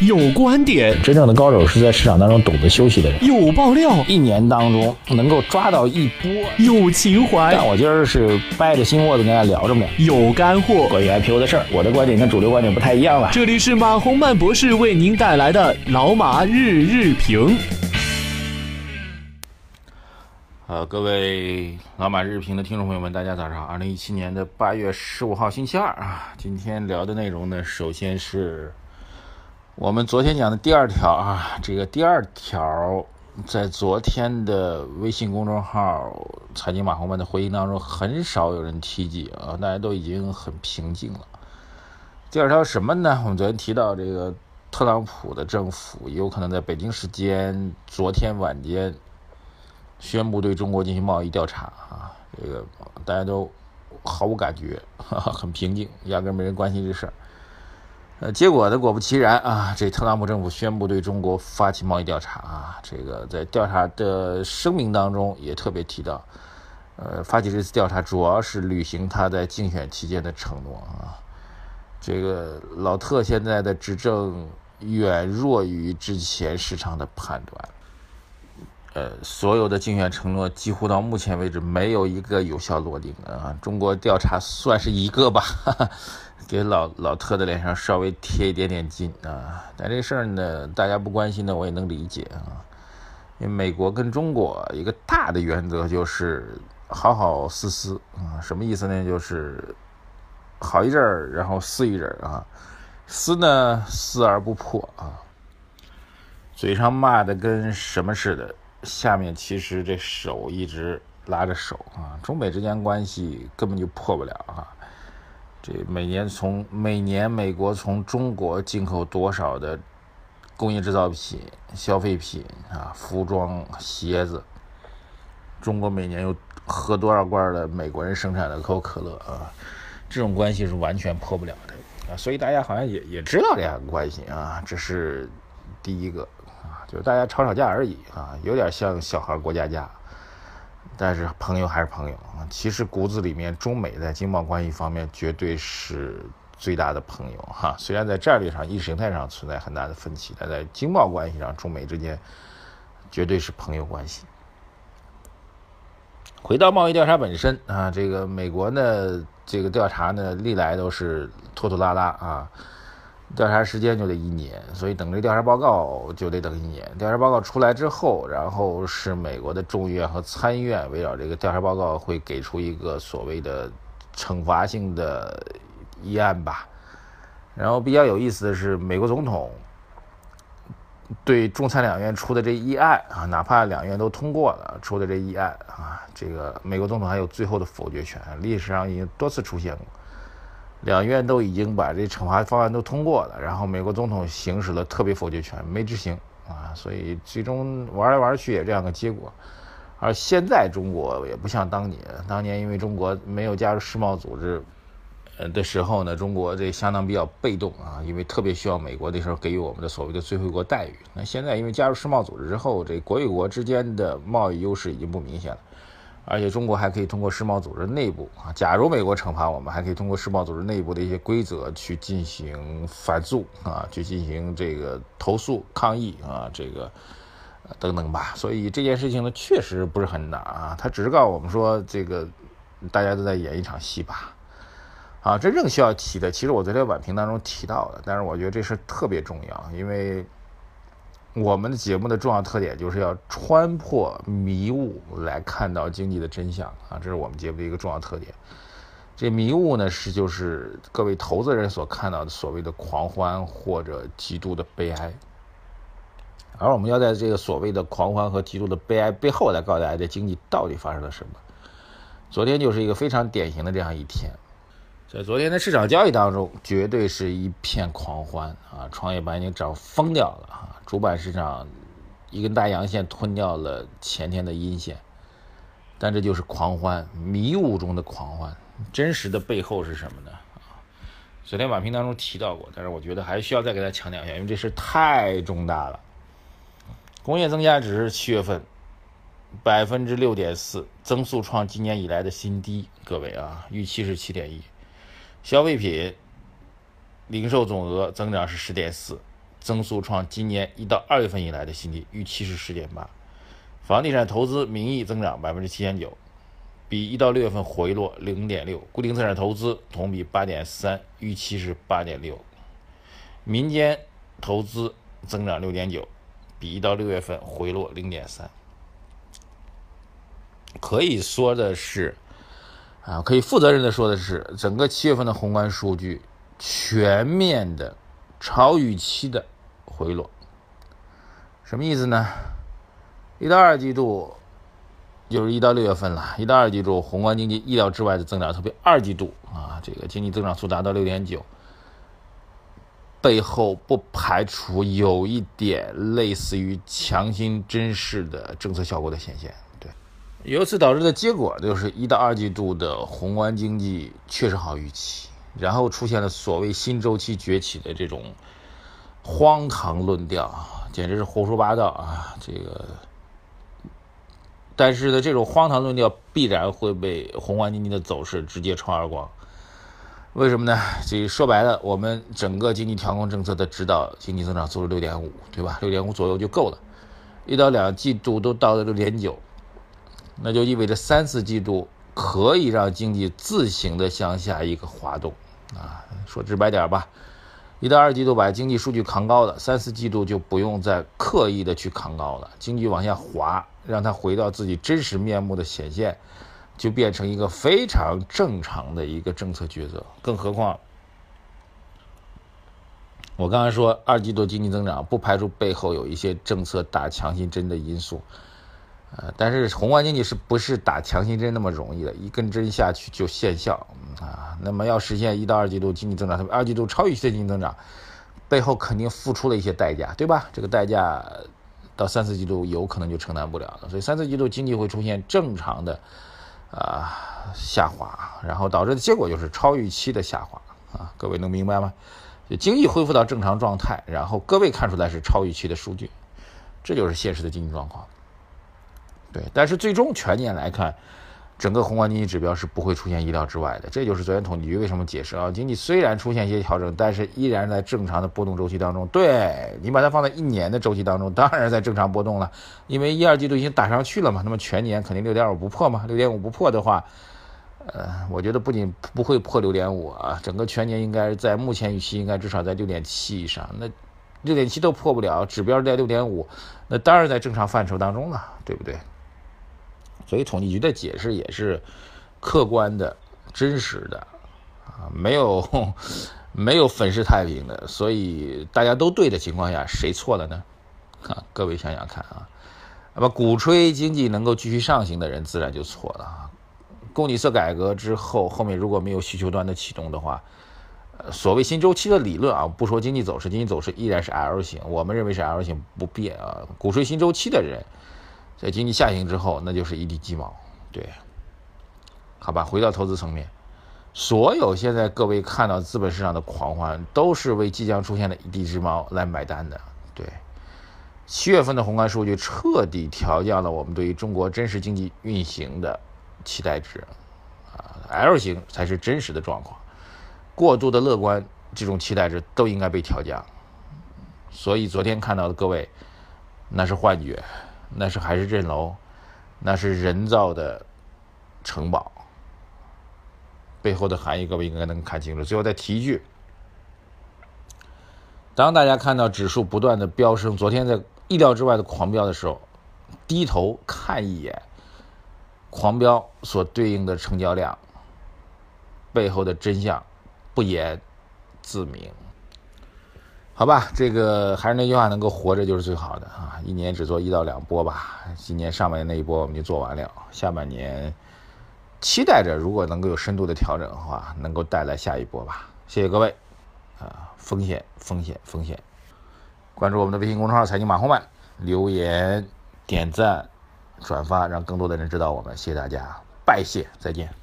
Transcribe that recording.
有观点， 真正的高手是在市场当中懂得休息的人。 有爆料， 一年当中能够抓到一波。 有情怀， 但我今儿是掰着心窝子跟大家聊着呢。 有干货， 关于 IPO 的事儿，我的观点跟主流观点不太一样了。 这里是马洪曼博士为您带来的老马日日评。 各位老马日评的听众朋友们，大家早上好。2017年的8月15号星期二啊，今天聊的内容呢，首先是我们昨天讲的第二条啊，这个第二条在昨天的微信公众号财经马洪曼的回应当中很少有人提及啊，大家都已经很平静了。第二条什么呢？我们昨天提到这个特朗普的政府有可能在北京时间昨天晚间宣布对中国进行贸易调查啊，这个大家都毫无感觉，很平静，压根没人关心这事儿。结果呢，果不其然啊，这特朗普政府宣布对中国发起贸易调查啊，这个在调查的声明当中也特别提到，发起这次调查主要是履行他在竞选期间的承诺啊。这个老特现在的执政远弱于之前市场的判断。所有的竞选承诺几乎到目前为止没有一个有效落定啊！中国调查算是一个吧，给老特的脸上稍微贴一点点金啊！但这事儿呢，大家不关心的我也能理解啊，因为美国跟中国一个大的原则就是好好撕啊，什么意思呢？就是好一阵儿，然后撕一阵儿啊，撕呢撕而不破啊，嘴上骂的跟什么似的。下面其实这手一直拉着手啊，中美之间关系根本就破不了啊。这每年美国从中国进口多少的工业制造品、消费品啊、服装、鞋子，中国每年又喝多少罐的美国人生产的可口可乐啊，这种关系是完全破不了的啊。所以大家好像也知道这样的关系啊，这是第一个。就是大家吵吵架而已啊，有点像小孩过家家，但是朋友还是朋友啊。其实骨子里面，中美在经贸关系方面绝对是最大的朋友哈。虽然在战略上、意识形态上存在很大的分歧，但在经贸关系上，中美之间绝对是朋友关系。回到贸易调查本身啊，这个美国呢，这个调查呢，历来都是拖拖拉拉啊。调查时间就得1年，所以等这调查报告就得等1年。调查报告出来之后，然后是美国的众议院和参议院围绕这个调查报告会给出一个所谓的惩罚性的议案吧。然后比较有意思的是，美国总统对众参两院出的这议案啊，哪怕两院都通过了出的这议案啊，这个美国总统还有最后的否决权，历史上已经多次出现过。两院都已经把这惩罚方案都通过了，然后美国总统行使了特别否决权，没执行啊，所以最终玩来玩去也这样个结果。而现在中国也不像当年因为中国没有加入世贸组织的时候呢，中国这相当比较被动啊，因为特别需要美国那时候给予我们的所谓的最惠国待遇。那现在因为加入世贸组织之后，这国与国之间的贸易优势已经不明显了。而且中国还可以通过世贸组织内部啊，假如美国惩罚我们，还可以通过世贸组织内部的一些规则去进行反诉啊，去进行这个投诉抗议啊，这个等等吧。所以这件事情呢，确实不是很难啊，他只是告诉我们说，这个大家都在演一场戏吧。啊，真正需要提的，其实我昨天晚评当中提到的，但是我觉得这事特别重要，因为我们的节目的重要特点就是要穿破迷雾来看到经济的真相啊，这是我们节目的一个重要特点。这迷雾呢，就是各位投资人所看到的所谓的狂欢或者极度的悲哀，而我们要在这个所谓的狂欢和极度的悲哀背后来告诉大家，这经济到底发生了什么。昨天就是一个非常典型的这样一天。在昨天的市场交易当中，绝对是一片狂欢啊！创业板已经涨疯掉了啊！主板市场一根大阳线吞掉了前天的阴线，但这就是狂欢，迷雾中的狂欢。真实的背后是什么呢？啊，昨天晚评当中提到过，但是我觉得还需要再给大家强调一下，因为这事太重大了。工业增加值7月份6.4%，增速创今年以来的新低，各位啊，预期是7.1%。消费品零售总额增长是10.4%， 增速创今年1到2月份以来的新低，预期是10.8%。房地产投资名义增长 7.9%， 比1到6月份回落 0.6%。固定资产投资同比 8.3%， 预期是 8.6%。民间投资增长 6.9%， 比1到6月份回落 0.3%。可以说的是可以负责任的说的是，整个7月份的宏观数据全面的超预期的回落。什么意思呢？1到2季度就是1到6月份了，1到2季度宏观经济意料之外的增长，特别2季度这个经济增长速达到 6.9%， 背后不排除有一点类似于强心针式的政策效果的显现。对，由此导致的结果就是1到2季度的宏观经济确实好预期，然后出现了所谓新周期崛起的这种荒唐论调，简直是胡说八道但是呢，这种荒唐论调必然会被宏观经济的走势直接穿耳光。为什么呢？这说白了，我们整个经济调控政策的指导经济增长速度 6.5%， 对吧？ 6.5 左右就够了。1到2季度都到了 6.9%， 那就意味着3、4季度可以让经济自行的向下一个滑动说直白点吧，1到2季度把经济数据扛高了，3、4季度就不用再刻意的去扛高了，经济往下滑，让它回到自己真实面目的显现，就变成一个非常正常的一个政策抉择。更何况我刚才说2季度经济增长不排除背后有一些政策打强心针的因素但是宏观经济是不是打强心针那么容易的，一根针下去就见效那么要实现1到2季度经济增长，特别2季度超预期的经济增长，背后肯定付出了一些代价，对吧？这个代价到3、4季度有可能就承担不了了，所以3、4季度经济会出现正常的下滑，然后导致的结果就是超预期的下滑各位能明白吗？就经济恢复到正常状态，然后各位看出来是超预期的数据，这就是现实的经济状况。对，但是最终全年来看，整个宏观经济指标是不会出现意料之外的。这就是昨天统计局为什么解释经济虽然出现一些调整，但是依然在正常的波动周期当中。对，你把它放在1年的周期当中，当然在正常波动了，因为1、2季度已经打上去了嘛，那么全年肯定 6.5 不破嘛， 6.5 不破的话我觉得不仅不会破 6.5整个全年应该在目前预期应该至少在 6.7 以上，那 6.7 都破不了，指标在 6.5， 那当然在正常范畴当中了，对不对？所以统计局的解释也是客观的、真实的没有粉饰太平的，所以大家都对的情况下，谁错了呢？各位想想看那么鼓吹经济能够继续上行的人自然就错了供给侧改革之后，后面如果没有需求端的启动的话，所谓新周期的理论不说经济走势，经济走势依然是 L 型，我们认为是 L 型不变鼓吹新周期的人在经济下行之后，那就是一地鸡毛。对，好吧，回到投资层面，所有现在各位看到资本市场的狂欢，都是为即将出现的一地鸡毛来买单的。对，7月份的宏观数据彻底调降了我们对于中国真实经济运行的期待值L 型才是真实的状况，过度的乐观这种期待值都应该被调降。所以昨天看到的各位，那是幻觉，那是还是镇楼，那是人造的城堡，背后的含义各位应该能看清楚。最后再提一句，当大家看到指数不断的飙升，昨天在意料之外的狂飙的时候，低头看一眼狂飙所对应的成交量背后的真相，不言自明。好吧，这个还是那句话，能够活着就是最好的一年只做1到2波吧。今年上半年那一波我们就做完了，下半年期待着如果能够有深度的调整的话，能够带来下一波吧。谢谢各位风险，关注我们的微信公众号财经马后曼，留言点赞转发，让更多的人知道我们。谢谢大家，拜谢，再见。